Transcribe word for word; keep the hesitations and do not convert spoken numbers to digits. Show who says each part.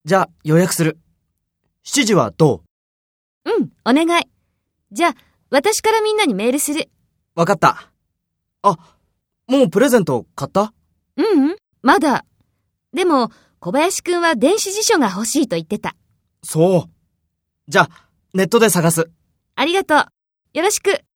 Speaker 1: じゃあ予約する。しちじはど
Speaker 2: う？うん、お願い。じゃあ、私からみんなにメールする。
Speaker 1: う？わかった。あ、もうプレゼント買った？
Speaker 2: ううん、まだ。でも、小林くんは電子辞書が欲しいと言ってた。
Speaker 1: そう。じゃあ、ネットで探す。
Speaker 2: ありがとう。よろしく。